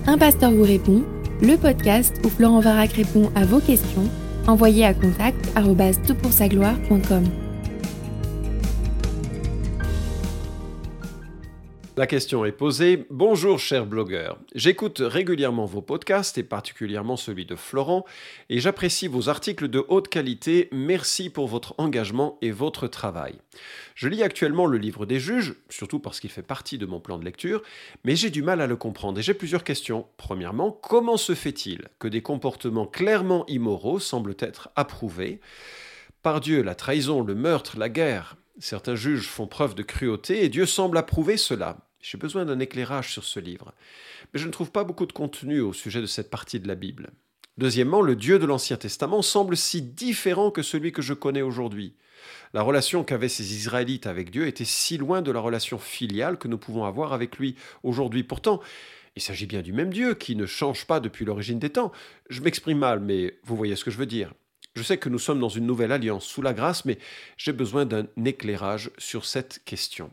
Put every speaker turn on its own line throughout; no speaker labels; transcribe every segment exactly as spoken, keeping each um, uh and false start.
Un pasteur vous répond, le podcast où Florent Varac répond à vos questions, envoyez à contact arobase tout pour sa gloire point com.
La question est posée. Bonjour chers blogueurs, j'écoute régulièrement vos podcasts et particulièrement celui de Florent et j'apprécie vos articles de haute qualité. Merci pour votre engagement et votre travail. Je lis actuellement le livre des Juges, surtout parce qu'il fait partie de mon plan de lecture, mais j'ai du mal à le comprendre et j'ai plusieurs questions. Premièrement, comment se fait-il que des comportements clairement immoraux semblent être approuvés par Dieu? La trahison, le meurtre, la guerre. Certains juges font preuve de cruauté et Dieu semble approuver cela. J'ai besoin d'un éclairage sur ce livre. Mais je ne trouve pas beaucoup de contenu au sujet de cette partie de la Bible. Deuxièmement, le Dieu de l'Ancien Testament semble si différent que celui que je connais aujourd'hui. La relation qu'avaient ces Israélites avec Dieu était si loin de la relation filiale que nous pouvons avoir avec lui aujourd'hui. Pourtant, il s'agit bien du même Dieu qui ne change pas depuis l'origine des temps. Je m'exprime mal, mais vous voyez ce que je veux dire. Je sais que nous sommes dans une nouvelle alliance sous la grâce, mais j'ai besoin d'un éclairage sur cette question.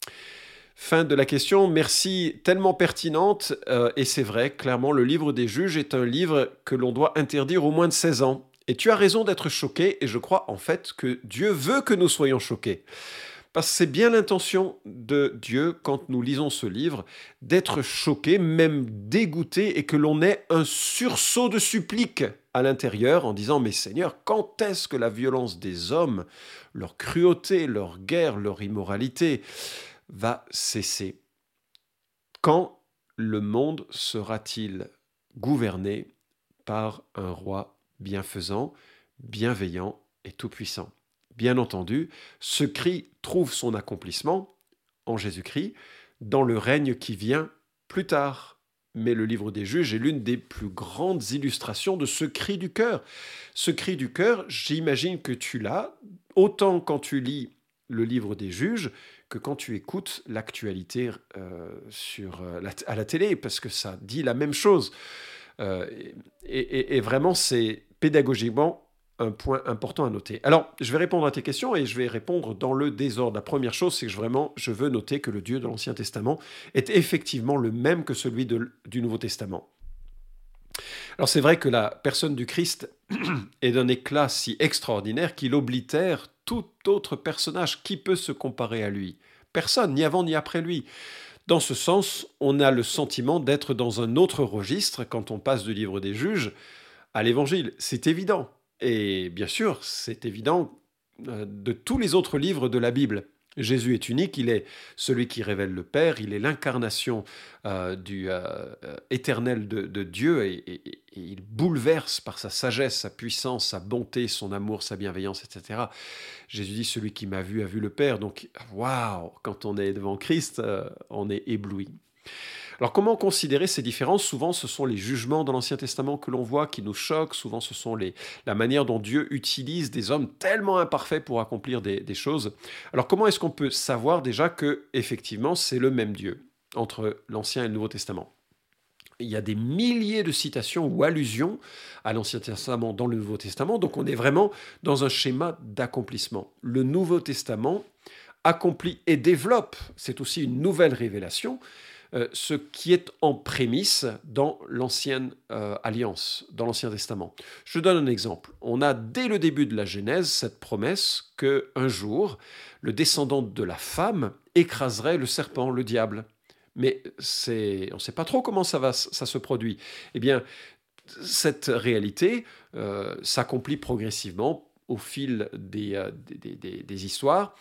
Fin de la question, merci, tellement pertinente, euh, et c'est vrai, clairement, le livre des Juges est un livre que l'on doit interdire aux moins de seize ans. Et tu as raison d'être choqué, et je crois en fait que Dieu veut que nous soyons choqués. Parce que c'est bien l'intention de Dieu, quand nous lisons ce livre, d'être choqué, même dégoûté, et que l'on ait un sursaut de supplique à l'intérieur en disant « Mais Seigneur, quand est-ce que la violence des hommes, leur cruauté, leur guerre, leur immoralité va cesser? Quand le monde sera-t-il gouverné par un roi bienfaisant, bienveillant et tout-puissant ?» Bien entendu, ce cri trouve son accomplissement en Jésus-Christ dans le règne qui vient plus tard. Mais le livre des Juges est l'une des plus grandes illustrations de ce cri du cœur. Ce cri du cœur, j'imagine que tu l'as, autant quand tu lis le livre des Juges que quand tu écoutes l'actualité euh, sur, euh, la, à la télé, parce que ça dit la même chose. Euh, et, et, et vraiment, c'est pédagogiquement un point important à noter. Alors, je vais répondre à tes questions et je vais répondre dans le désordre. La première chose, c'est que je, vraiment, je veux noter que le Dieu de l'Ancien Testament est effectivement le même que celui de, du Nouveau Testament. Alors, c'est vrai que la personne du Christ est d'un éclat si extraordinaire qu'il oblitère tout autre personnage. Qui peut se comparer à lui? Personne, ni avant ni après lui. Dans ce sens, on a le sentiment d'être dans un autre registre quand on passe du livre des Juges à l'Évangile. C'est évident. Et bien sûr, c'est évident de tous les autres livres de la Bible. Jésus est unique, il est celui qui révèle le Père, il est l'incarnation euh, du euh, éternel de, de Dieu et, et, et il bouleverse par sa sagesse, sa puissance, sa bonté, son amour, sa bienveillance, et cetera. Jésus dit « Celui qui m'a vu a vu le Père ». Donc, waouh, quand on est devant Christ, euh, on est ébloui. Alors, comment considérer ces différences? Souvent, ce sont les jugements dans l'Ancien Testament que l'on voit qui nous choquent. Souvent, ce sont les, la manière dont Dieu utilise des hommes tellement imparfaits pour accomplir des, des choses. Alors, comment est-ce qu'on peut savoir déjà que, effectivement, c'est le même Dieu entre l'Ancien et le Nouveau Testament? Il y a des milliers de citations ou allusions à l'Ancien Testament dans le Nouveau Testament. Donc, on est vraiment dans un schéma d'accomplissement. Le Nouveau Testament accomplit et développe, c'est aussi une nouvelle révélation, Euh, ce qui est en prémisse dans l'ancienne euh, alliance, dans l'Ancien Testament. Je donne un exemple. On a dès le début de la Genèse cette promesse qu'un jour, le descendant de la femme écraserait le serpent, le diable. Mais c'est, on ne sait pas trop comment ça, va, ça se produit. Eh bien, cette réalité euh, s'accomplit progressivement au fil des, euh, des, des, des histoires.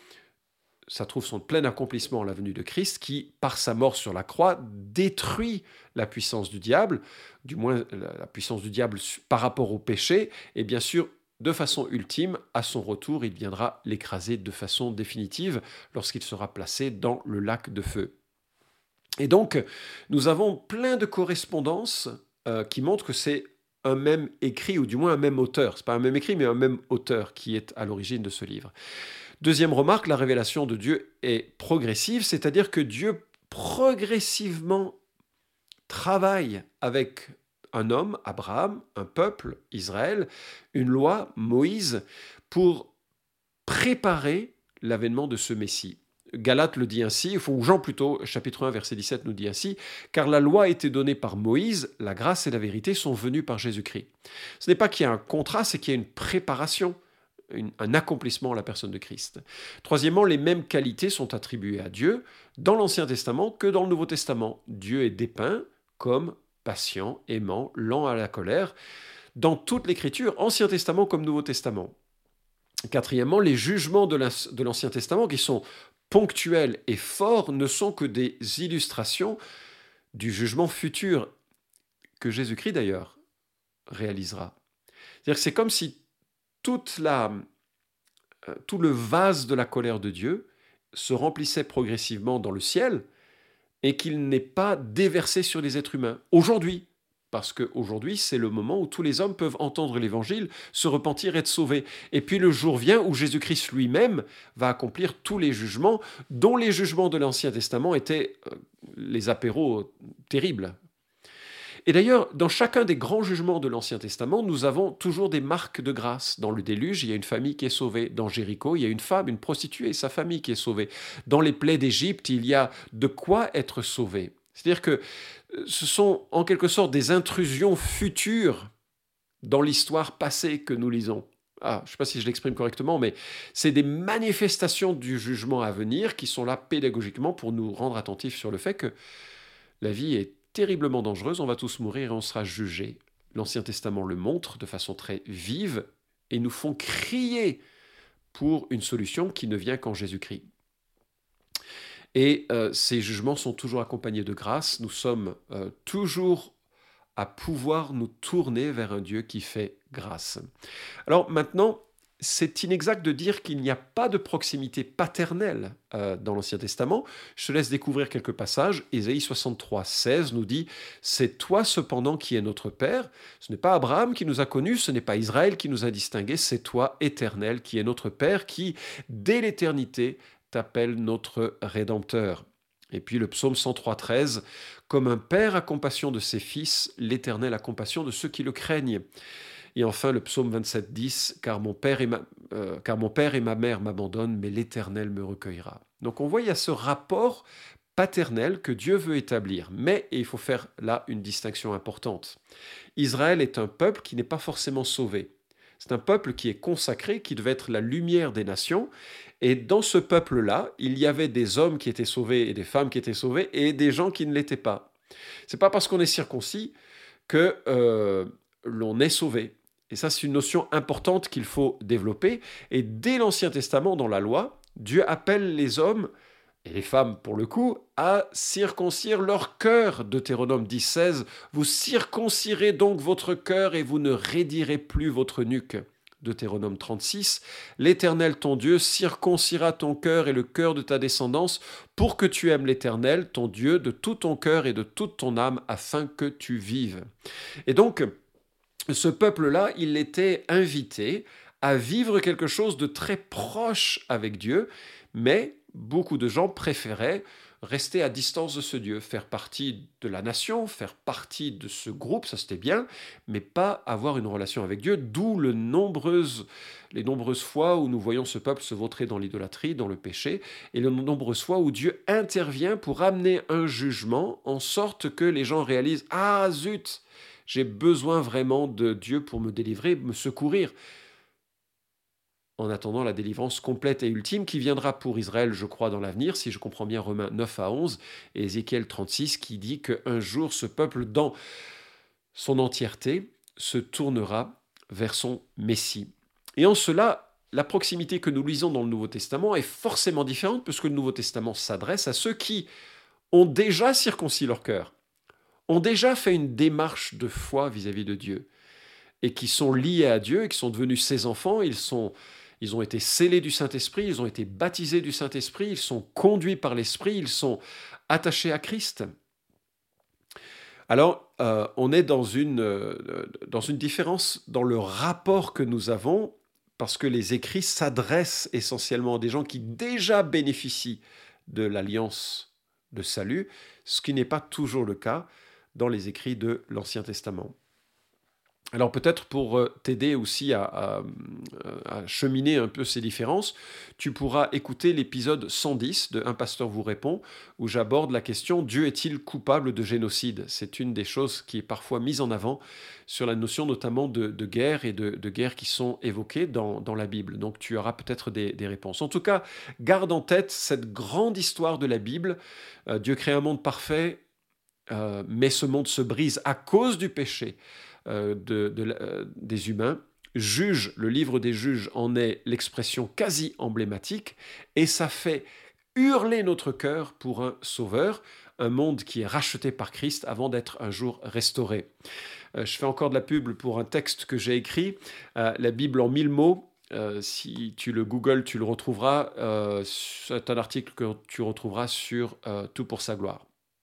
Ça trouve son plein accomplissement à la venue de Christ qui, par sa mort sur la croix, détruit la puissance du diable, du moins la puissance du diable par rapport au péché, et bien sûr, de façon ultime, à son retour, il viendra l'écraser de façon définitive lorsqu'il sera placé dans le lac de feu. Et donc, nous avons plein de correspondances euh, qui montrent que c'est un même écrit, ou du moins un même auteur. Ce n'est pas un même écrit, mais un même auteur qui est à l'origine de ce livre. Deuxième remarque, la révélation de Dieu est progressive, c'est-à-dire que Dieu progressivement travaille avec un homme, Abraham, un peuple, Israël, une loi, Moïse, pour préparer l'avènement de ce Messie. Galates le dit ainsi, ou Jean plutôt, chapitre un, verset dix-sept nous dit ainsi, « Car la loi a été donnée par Moïse, la grâce et la vérité sont venues par Jésus-Christ. » Ce n'est pas qu'il y a un contrat, c'est qu'il y a une préparation, une, un accomplissement à la personne de Christ. Troisièmement, les mêmes qualités sont attribuées à Dieu dans l'Ancien Testament que dans le Nouveau Testament. Dieu est dépeint comme patient, aimant, lent à la colère, dans toute l'Écriture, Ancien Testament comme Nouveau Testament. Quatrièmement, les jugements de l'Ancien Testament qui sont ponctuels et forts ne sont que des illustrations du jugement futur que Jésus-Christ d'ailleurs réalisera. C'est-à-dire que c'est comme si toute la, euh, tout le vase de la colère de Dieu se remplissait progressivement dans le ciel et qu'il n'est pas déversé sur les êtres humains aujourd'hui. Parce qu'aujourd'hui, c'est le moment où tous les hommes peuvent entendre l'Évangile, se repentir et être sauvés. Et puis le jour vient où Jésus-Christ lui-même va accomplir tous les jugements, dont les jugements de l'Ancien Testament étaient euh, les apéros terribles. Et d'ailleurs, dans chacun des grands jugements de l'Ancien Testament, nous avons toujours des marques de grâce. Dans le déluge, il y a une famille qui est sauvée. Dans Jéricho, il y a une femme, une prostituée, sa famille qui est sauvée. Dans les plaies d'Égypte, il y a de quoi être sauvé. C'est-à-dire que ce sont en quelque sorte des intrusions futures dans l'histoire passée que nous lisons. Ah, je ne sais pas si je l'exprime correctement, mais c'est des manifestations du jugement à venir qui sont là pédagogiquement pour nous rendre attentifs sur le fait que la vie est terriblement dangereuse, on va tous mourir et on sera jugé. L'Ancien Testament le montre de façon très vive et nous font crier pour une solution qui ne vient qu'en Jésus-Christ. Et euh, ces jugements sont toujours accompagnés de grâce. Nous sommes euh, toujours à pouvoir nous tourner vers un Dieu qui fait grâce. Alors maintenant, c'est inexact de dire qu'il n'y a pas de proximité paternelle euh, dans l'Ancien Testament. Je te laisse découvrir quelques passages. Ésaïe soixante-trois, seize nous dit « C'est toi cependant qui es notre Père. Ce n'est pas Abraham qui nous a connus, ce n'est pas Israël qui nous a distingués, c'est toi, Éternel, qui est notre Père, qui, dès l'éternité, t'appelle notre Rédempteur. » Et puis le psaume cent trois, treize, « Comme un père a compassion de ses fils, l'Éternel a compassion de ceux qui le craignent. » Et enfin le psaume vingt-sept, dix, « Car mon père et ma, euh, car mon père et ma mère m'abandonnent, mais l'Éternel me recueillera. » Donc on voit, il y a ce rapport paternel que Dieu veut établir. Mais, et il faut faire là une distinction importante, Israël est un peuple qui n'est pas forcément sauvé. C'est un peuple qui est consacré, qui devait être la lumière des nations. Et dans ce peuple-là, il y avait des hommes qui étaient sauvés et des femmes qui étaient sauvées et des gens qui ne l'étaient pas. C'est pas parce qu'on est circoncis que euh, l'on est sauvé. Et ça, c'est une notion importante qu'il faut développer. Et dès l'Ancien Testament, dans la loi, Dieu appelle les hommes, et les femmes pour le coup, à circoncire leur cœur. Deutéronome dix, seize, « Vous circoncirez donc votre cœur et vous ne raidirez plus votre nuque. » Deutéronome trente-six, « L'Éternel ton Dieu circoncira ton cœur et le cœur de ta descendance pour que tu aimes l'Éternel ton Dieu de tout ton cœur et de toute ton âme afin que tu vives. » Et donc, ce peuple-là, il était invité à vivre quelque chose de très proche avec Dieu, mais beaucoup de gens préféraient rester à distance de ce Dieu, faire partie de la nation, faire partie de ce groupe, ça c'était bien, mais pas avoir une relation avec Dieu, d'où le nombreuses, les nombreuses fois où nous voyons ce peuple se vautrer dans l'idolâtrie, dans le péché, et les nombreuses fois où Dieu intervient pour amener un jugement en sorte que les gens réalisent « Ah zut, j'ai besoin vraiment de Dieu pour me délivrer, me secourir ». En attendant la délivrance complète et ultime qui viendra pour Israël, je crois, dans l'avenir, si je comprends bien Romains neuf à onze et Ézéchiel trente-six qui dit qu'un jour ce peuple dans son entièreté se tournera vers son Messie. Et en cela, la proximité que nous lisons dans le Nouveau Testament est forcément différente puisque le Nouveau Testament s'adresse à ceux qui ont déjà circoncis leur cœur, ont déjà fait une démarche de foi vis-à-vis de Dieu et qui sont liés à Dieu et qui sont devenus ses enfants, ils sont... Ils ont été scellés du Saint-Esprit, ils ont été baptisés du Saint-Esprit, ils sont conduits par l'Esprit, ils sont attachés à Christ. Alors, euh, on est dans une, euh, dans une différence dans le rapport que nous avons, parce que les écrits s'adressent essentiellement à des gens qui déjà bénéficient de l'alliance de salut, ce qui n'est pas toujours le cas dans les écrits de l'Ancien Testament. Alors peut-être pour euh, t'aider aussi à, à- à cheminer un peu ces différences, tu pourras écouter l'épisode cent dix de Un pasteur vous répond, où j'aborde la question: Dieu est-il coupable de génocide? C'est une des choses qui est parfois mise en avant sur la notion notamment de, de guerre et de, de guerre qui sont évoquées dans, dans la Bible. Donc tu auras peut-être des, des réponses. En tout cas, garde en tête cette grande histoire de la Bible. Euh, Dieu crée un monde parfait, euh, mais ce monde se brise à cause du péché euh, de, de euh, des humains. Juge, le livre des juges en est l'expression quasi emblématique, et ça fait hurler notre cœur pour un sauveur, un monde qui est racheté par Christ avant d'être un jour restauré. Euh, je fais encore de la pub pour un texte que j'ai écrit, euh, la Bible en mille mots. Euh, si tu le googles, tu le retrouveras. Euh, c'est un article que tu retrouveras sur euh, Tout pour sa gloire.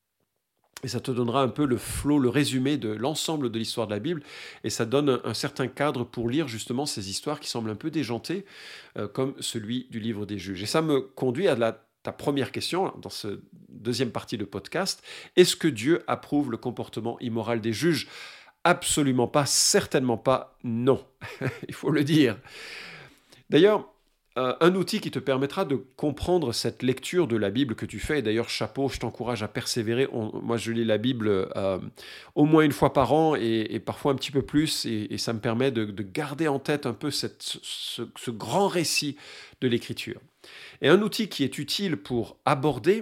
Et ça te donnera un peu le flot, le résumé de l'ensemble de l'histoire de la Bible. Et ça donne un, un certain cadre pour lire justement ces histoires qui semblent un peu déjantées, euh, comme celui du livre des juges. Et ça me conduit à la, ta première question, dans cette deuxième partie de podcast. Est-ce que Dieu approuve le comportement immoral des juges? Absolument pas, certainement pas, non. Il faut le dire. D'ailleurs, euh, un outil qui te permettra de comprendre cette lecture de la Bible que tu fais, et d'ailleurs, chapeau, je t'encourage à persévérer. On- moi, je lis la Bible euh, au moins une fois par an et, et parfois un petit peu plus, et, et ça me permet de, de garder en tête un peu cette- ce, ce grand récit de l'Écriture. Et un outil qui est utile pour aborder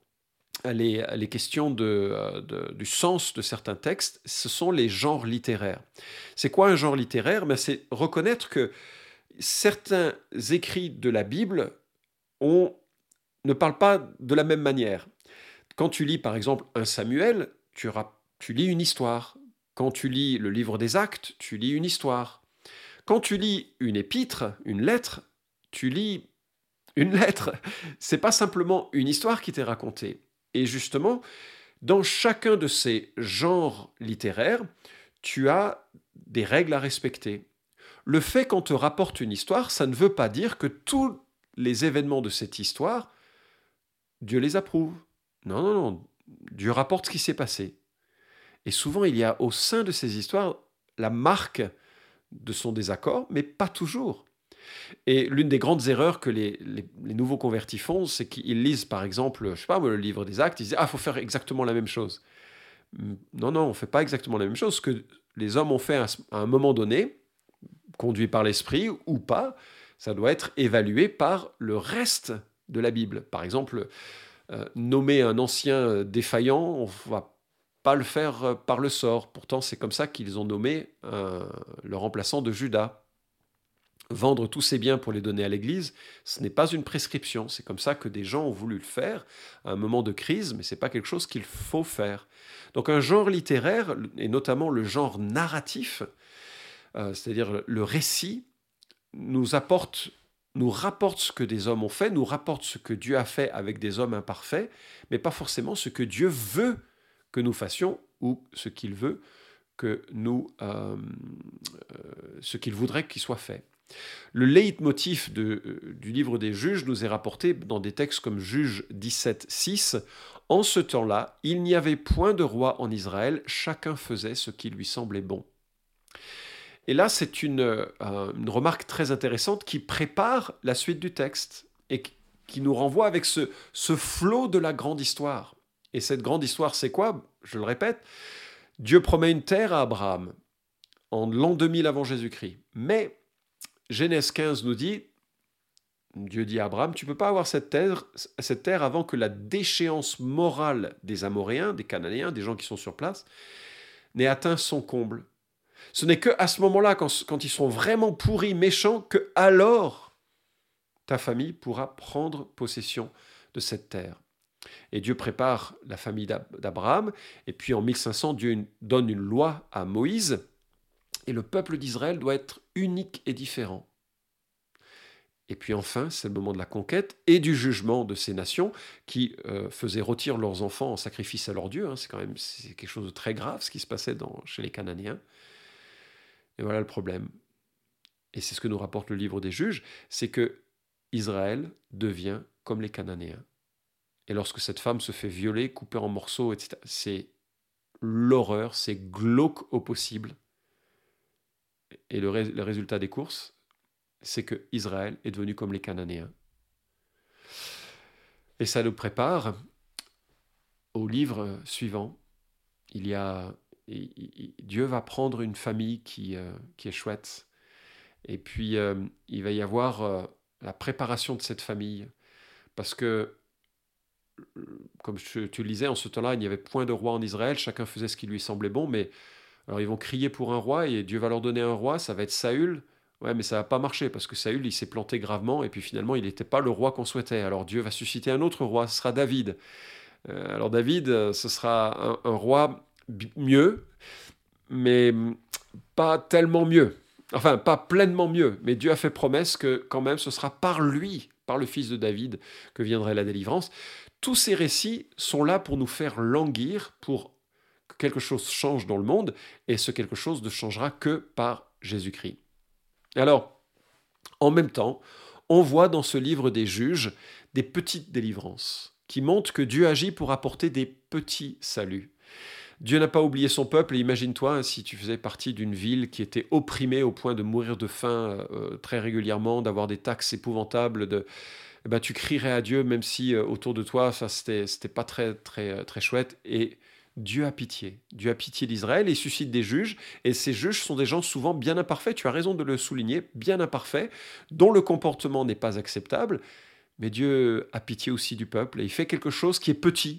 les, les questions de, euh, de- du sens de certains textes, ce sont les genres littéraires. C'est quoi un genre littéraire? Ben, c'est reconnaître que certains écrits de la Bible ont- ne parlent pas de la même manière. Quand tu lis par exemple un Samuel, tu, rap- tu lis une histoire. Quand tu lis le livre des Actes, tu lis une histoire. Quand tu lis une épître, une lettre, tu lis une lettre. C'est pas simplement une histoire qui t'est racontée. Et justement, dans chacun de ces genres littéraires, tu as des règles à respecter. Le fait qu'on te rapporte une histoire, ça ne veut pas dire que tous les événements de cette histoire, Dieu les approuve. Non, non, non. Dieu rapporte ce qui s'est passé. Et souvent, il y a au sein de ces histoires la marque de son désaccord, mais pas toujours. Et l'une des grandes erreurs que les, les- les nouveaux convertis font, c'est qu'ils lisent, par exemple, je sais pas, moi, le livre des Actes, ils disent: Ah, il faut faire exactement la même chose. Non, non, on ne fait pas exactement la même chose. Ce que les hommes ont fait à un moment donné, conduit par l'esprit ou pas, ça doit être évalué par le reste de la Bible. Par exemple, euh, nommer un ancien défaillant, on ne va pas le faire euh, par le sort. Pourtant, c'est comme ça qu'ils ont nommé euh, le remplaçant de Judas. Vendre tous ses biens pour les donner à l'Église, ce n'est pas une prescription. C'est comme ça que des gens ont voulu le faire à un moment de crise, mais ce n'est pas quelque chose qu'il faut faire. Donc un genre littéraire, et notamment le genre narratif, euh, c'est-à-dire le récit, nous apporte, nous rapporte ce que des hommes ont fait, nous rapporte ce que Dieu a fait avec des hommes imparfaits, mais pas forcément ce que Dieu veut que nous fassions ou ce qu'il veut que nous, euh, euh, ce qu'il voudrait qu'il soit fait. Le leitmotiv de, euh, du livre des Juges nous est rapporté dans des textes comme Juges dix-sept, six. En ce temps-là, il n'y avait point de roi en Israël, chacun faisait ce qui lui semblait bon. Et là, c'est une, euh, une remarque très intéressante qui prépare la suite du texte et qui nous renvoie avec ce, ce flot de la grande histoire. Et cette grande histoire, c'est quoi? Je le répète, Dieu promet une terre à Abraham en l'an deux mille avant Jésus-Christ. Mais Genèse quinze nous dit, Dieu dit à Abraham: tu ne peux pas avoir cette terre, cette terre avant que la déchéance morale des Amoréens, des Cananéens, des gens qui sont sur place, n'ait atteint son comble. Ce n'est qu'à ce moment-là, quand, quand ils sont vraiment pourris, méchants, que alors ta famille pourra prendre possession de cette terre. Et Dieu prépare la famille d'Abraham, et puis en mille cinq cents, Dieu donne une loi à Moïse, et le peuple d'Israël doit être unique et différent. Et puis enfin, c'est le moment de la conquête et du jugement de ces nations qui euh, faisaient rôtir leurs enfants en sacrifice à leur Dieu. Hein. C'est quand même c'est quelque chose de très grave ce qui se passait dans, chez les Cananéens. Et voilà le problème. Et c'est ce que nous rapporte le livre des Juges, c'est que Israël devient comme les Cananéens. Et lorsque cette femme se fait violer, couper en morceaux, et cetera, c'est l'horreur, c'est glauque au possible. Et le, ré- le résultat des courses, c'est que Israël est devenu comme les Cananéens. Et ça nous prépare au livre suivant. Il y a, il, il, Dieu va prendre une famille qui, euh, qui est chouette. Et puis, euh, il va y avoir euh, la préparation de cette famille. Parce que, comme je, tu le disais, en ce temps-là, il n'y avait point de roi en Israël. Chacun faisait ce qui lui semblait bon. Mais alors, ils vont crier pour un roi et Dieu va leur donner un roi. Ça va être Saül. Ouais, mais ça va pas marcher parce que Saül, il s'est planté gravement. Et puis, finalement, il n'était pas le roi qu'on souhaitait. Alors, Dieu va susciter un autre roi. Ce sera David. Euh, alors, David, ce sera un, un roi mieux, mais pas tellement mieux. Enfin, pas pleinement mieux, mais Dieu a fait promesse que quand même ce sera par lui, par le fils de David, que viendrait la délivrance. Tous ces récits sont là pour nous faire languir, pour que quelque chose change dans le monde, et ce quelque chose ne changera que par Jésus-Christ. Alors, en même temps, on voit dans ce livre des juges des petites délivrances qui montrent que Dieu agit pour apporter des petits saluts. Dieu n'a pas oublié son peuple, et imagine-toi hein, si tu faisais partie d'une ville qui était opprimée au point de mourir de faim euh, très régulièrement, d'avoir des taxes épouvantables, de, eh ben, tu crierais à Dieu même si euh, autour de toi ça c'était, c'était pas très, très, très chouette, et Dieu a pitié. Dieu a pitié d'Israël et il suscite des juges, et ces juges sont des gens souvent bien imparfaits, tu as raison de le souligner, bien imparfaits, dont le comportement n'est pas acceptable, mais Dieu a pitié aussi du peuple, et il fait quelque chose qui est petit,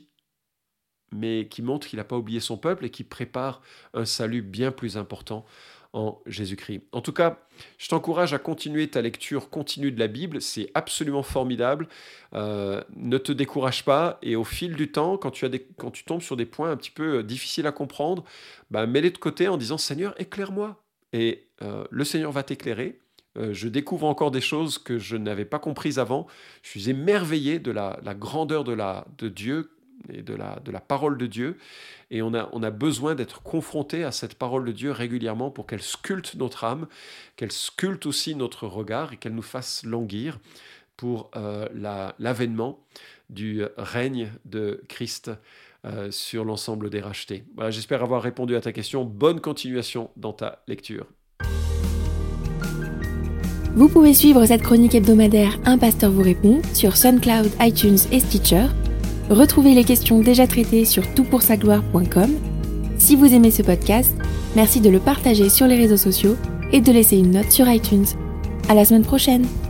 mais qui montre qu'il n'a pas oublié son peuple et qui prépare un salut bien plus important en Jésus-Christ. En tout cas, je t'encourage à continuer ta lecture continue de la Bible, c'est absolument formidable. Euh, ne te décourage pas, et au fil du temps, quand tu, as des, quand tu tombes sur des points un petit peu difficiles à comprendre, bah, mets-les de côté en disant « Seigneur, éclaire-moi ». Et euh, le Seigneur va t'éclairer. Euh, je découvre encore des choses que je n'avais pas comprises avant. Je suis émerveillé de la, la grandeur de, la, de Dieu et de la, de la parole de Dieu, et on a, on a besoin d'être confronté à cette parole de Dieu régulièrement pour qu'elle sculpte notre âme, qu'elle sculpte aussi notre regard et qu'elle nous fasse languir pour euh, la, l'avènement du règne de Christ euh, sur l'ensemble des rachetés. Voilà, j'espère avoir répondu à ta question. Bonne continuation dans ta lecture.
Vous pouvez suivre cette chronique hebdomadaire Un pasteur vous répond sur SoundCloud, iTunes et Stitcher. Retrouvez les questions déjà traitées sur tout pour sa gloire point com. Si vous aimez ce podcast, merci de le partager sur les réseaux sociaux et de laisser une note sur iTunes. À la semaine prochaine!